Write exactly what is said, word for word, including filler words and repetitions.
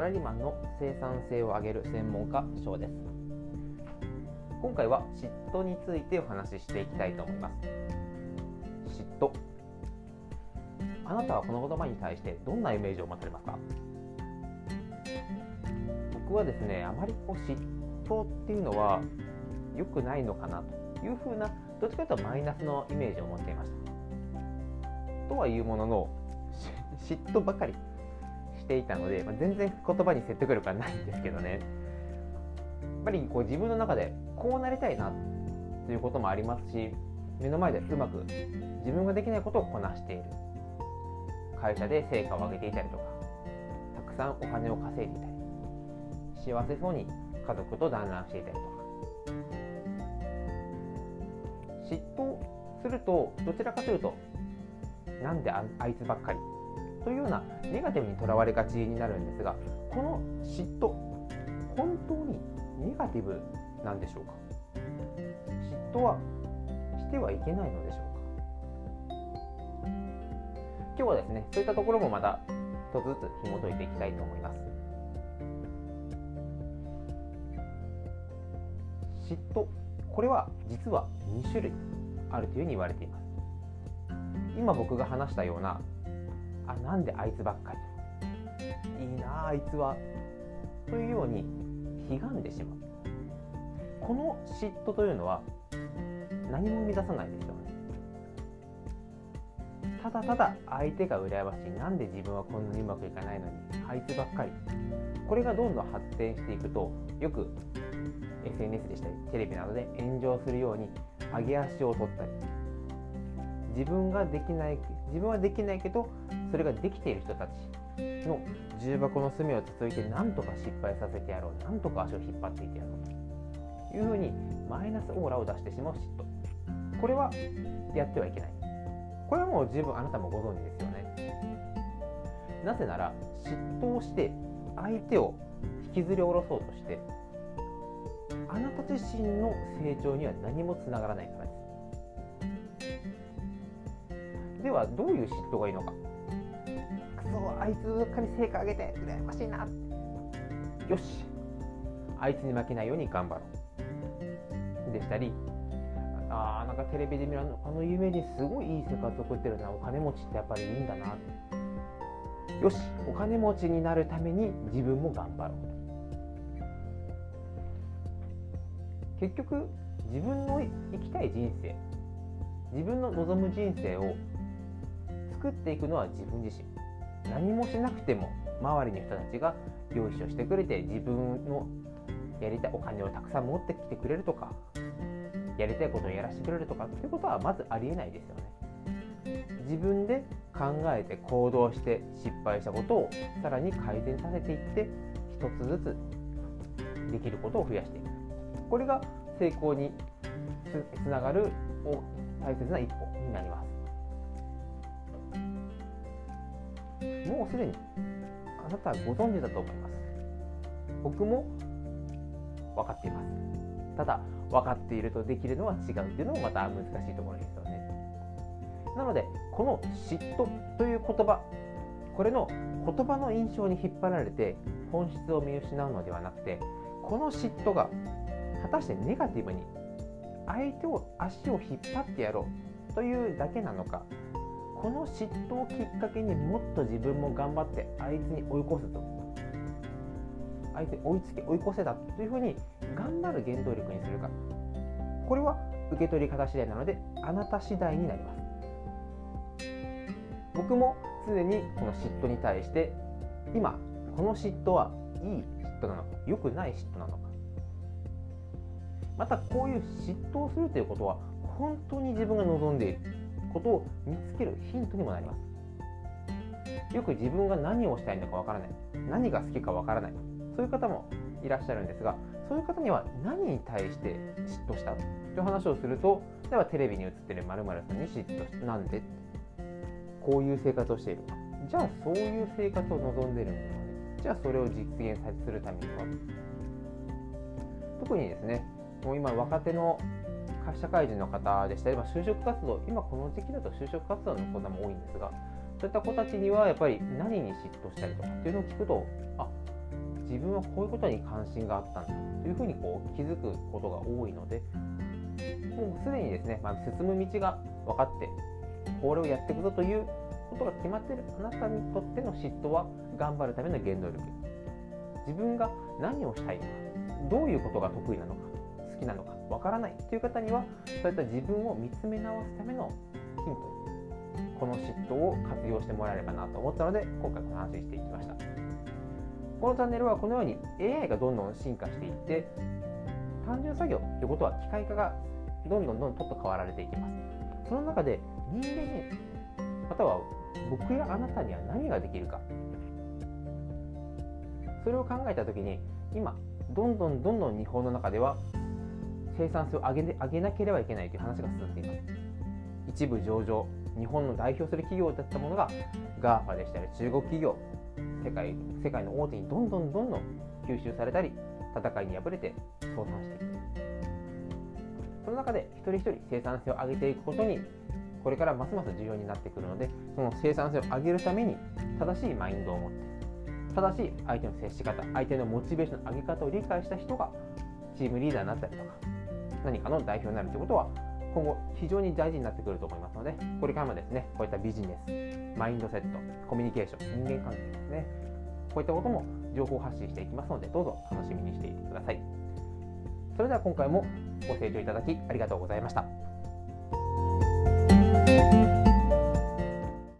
サラリーマンの生産性を上げる専門家翔です。今回は嫉妬についてお話ししていきたいと思います。嫉妬、あなたはこの言葉に対してどんなイメージを持たれますか？僕はですね、あまりこう嫉妬っていうのは良くないのかなというふうな、どっちかというとマイナスのイメージを持っていました。とはいうものの、嫉妬ばかりしていたので、まあ、全然言葉に説得力はないんですけどね。やっぱりこう自分の中でこうなりたいなということもありますし、目の前でうまく自分ができないことをこなしている、会社で成果を上げていたりとか、たくさんお金を稼いでいたり、幸せそうに家族と団らんしていたりとか、嫉妬するとどちらかというと、なんで あ, あいつばっかりというようなネガティブにとらわれがちになるんですが、この嫉妬、本当にネガティブなんでしょうか？嫉妬はしてはいけないのでしょうか？今日はですね、そういったところもまた一つずつ紐解いていきたいと思います。嫉妬、これは実はに種類あるというふうに言われています。今僕が話したような、あ、なんであいつばっかり、いいなあいつは、というようにひがんでしまう。この嫉妬というのは何も生み出さないですよね。ただただ相手が羨ましい、なんで自分はこんなにうまくいかないのにあいつばっかり、これがどんどん発展していくと、よく エスエヌエス でしたりテレビなどで炎上するように上げ足を取ったり、自分ができない自分はできないけどそれができている人たちの重箱の隅をつついて、なんとか失敗させてやろう、なんとか足を引っ張っていってやろうというふうにマイナスオーラを出してしまう嫉妬、これはやってはいけない。これはもう十分あなたもご存知ですよね。なぜなら嫉妬をして相手を引きずり下ろそうとして、あなた自身の成長には何もつながらないからです。ではどういう嫉妬がいいのか。くそ、あいつばっかり成果上げて羨ましいな、よしあいつに負けないように頑張ろうでしたり、あーなんかテレビで見るあの有名人すごいいい生活を送ってるな、お金持ちってやっぱりいいんだな、よしお金持ちになるために自分も頑張ろう。結局自分の生きたい人生、自分の望む人生を作っていくのは自分自身。何もしなくても周りの人たちが用意をしてくれて、自分のやりたいお金をたくさん持ってきてくれるとか、やりたいことをやらせてくれるとかっていうことはまずありえないですよね。自分で考えて行動して失敗したことをさらに改善させていって、一つずつできることを増やしていく。これが成功につながる大切な一歩になります。もうすでにあなたはご存知だと思います。僕も分かっています。ただ分かっているとできるのは違うというのもまた難しいところですよね。なのでこの嫉妬という言葉、これの言葉の印象に引っ張られて本質を見失うのではなくて、この嫉妬が果たしてネガティブに相手を足を引っ張ってやろうというだけなのか、この嫉妬をきっかけにもっと自分も頑張ってあいつに追い越すと、相手に追いつけ追い越せだというふうに頑張る原動力にするか、これは受け取り方次第なのであなた次第になります。僕も常にこの嫉妬に対して、今この嫉妬はいい嫉妬なのか、良くない嫉妬なのか、またこういう嫉妬をするということは本当に自分が望んでいることを見つけるヒントにもなります。よく自分が何をしたいのかわからない、何が好きかわからない、そういう方もいらっしゃるんですが、そういう方には何に対して嫉妬したという話をすると、例えばテレビに映っている〇〇さんに嫉妬した、なんでこういう生活をしている、じゃあそういう生活を望んでいるんだよね、じゃあそれを実現するためには、特にですね、もう今若手の社会人の方でしたり、就職活動、今この時期だと就職活動の相談も多いんですが、そういった子たちにはやっぱり何に嫉妬したりとかっていうのを聞くと、あ、 自分はこういうことに関心があったんだというふうにこう気づくことが多いので、もうすでにですね、まあ、進む道が分かってこれをやっていくぞということが決まっているあなたにとっての嫉妬は頑張るための原動力。自分が何をしたいのか、どういうことが得意なのか、好きなのか分からないという方には、そういった自分を見つめ直すためのヒントにこの嫉妬を活用してもらえればなと思ったので、今回この話をしていきました。このチャンネルはこのように エーアイ がどんどん進化していって、単純作業ということは機械化がどんどんどんどんとっと変わられていきます。その中で人間に、または僕やあなたには何ができるか、それを考えたときに、今どんどんどんどん日本の中では生産性を上げ、上げなければいけないという話が進んでいます。一部上場、日本の代表する企業だったものが ガーファ でしたり中国企業、世界、世界の大手にどんどんどんどん吸収されたり、戦いに敗れて倒産していく。その中で一人一人生産性を上げていくことに、これからますます重要になってくるので、その生産性を上げるために正しいマインドを持って、正しい相手の接し方、相手のモチベーションの上げ方を理解した人がチームリーダーになったりとか、何かの代表になるということは今後非常に大事になってくると思いますので、これからもですね、こういったビジネス、マインドセット、コミュニケーション、人間関係ですね、こういったことも情報発信していきますので、どうぞ楽しみにしていてください。それでは今回もご清聴いただきありがとうございました。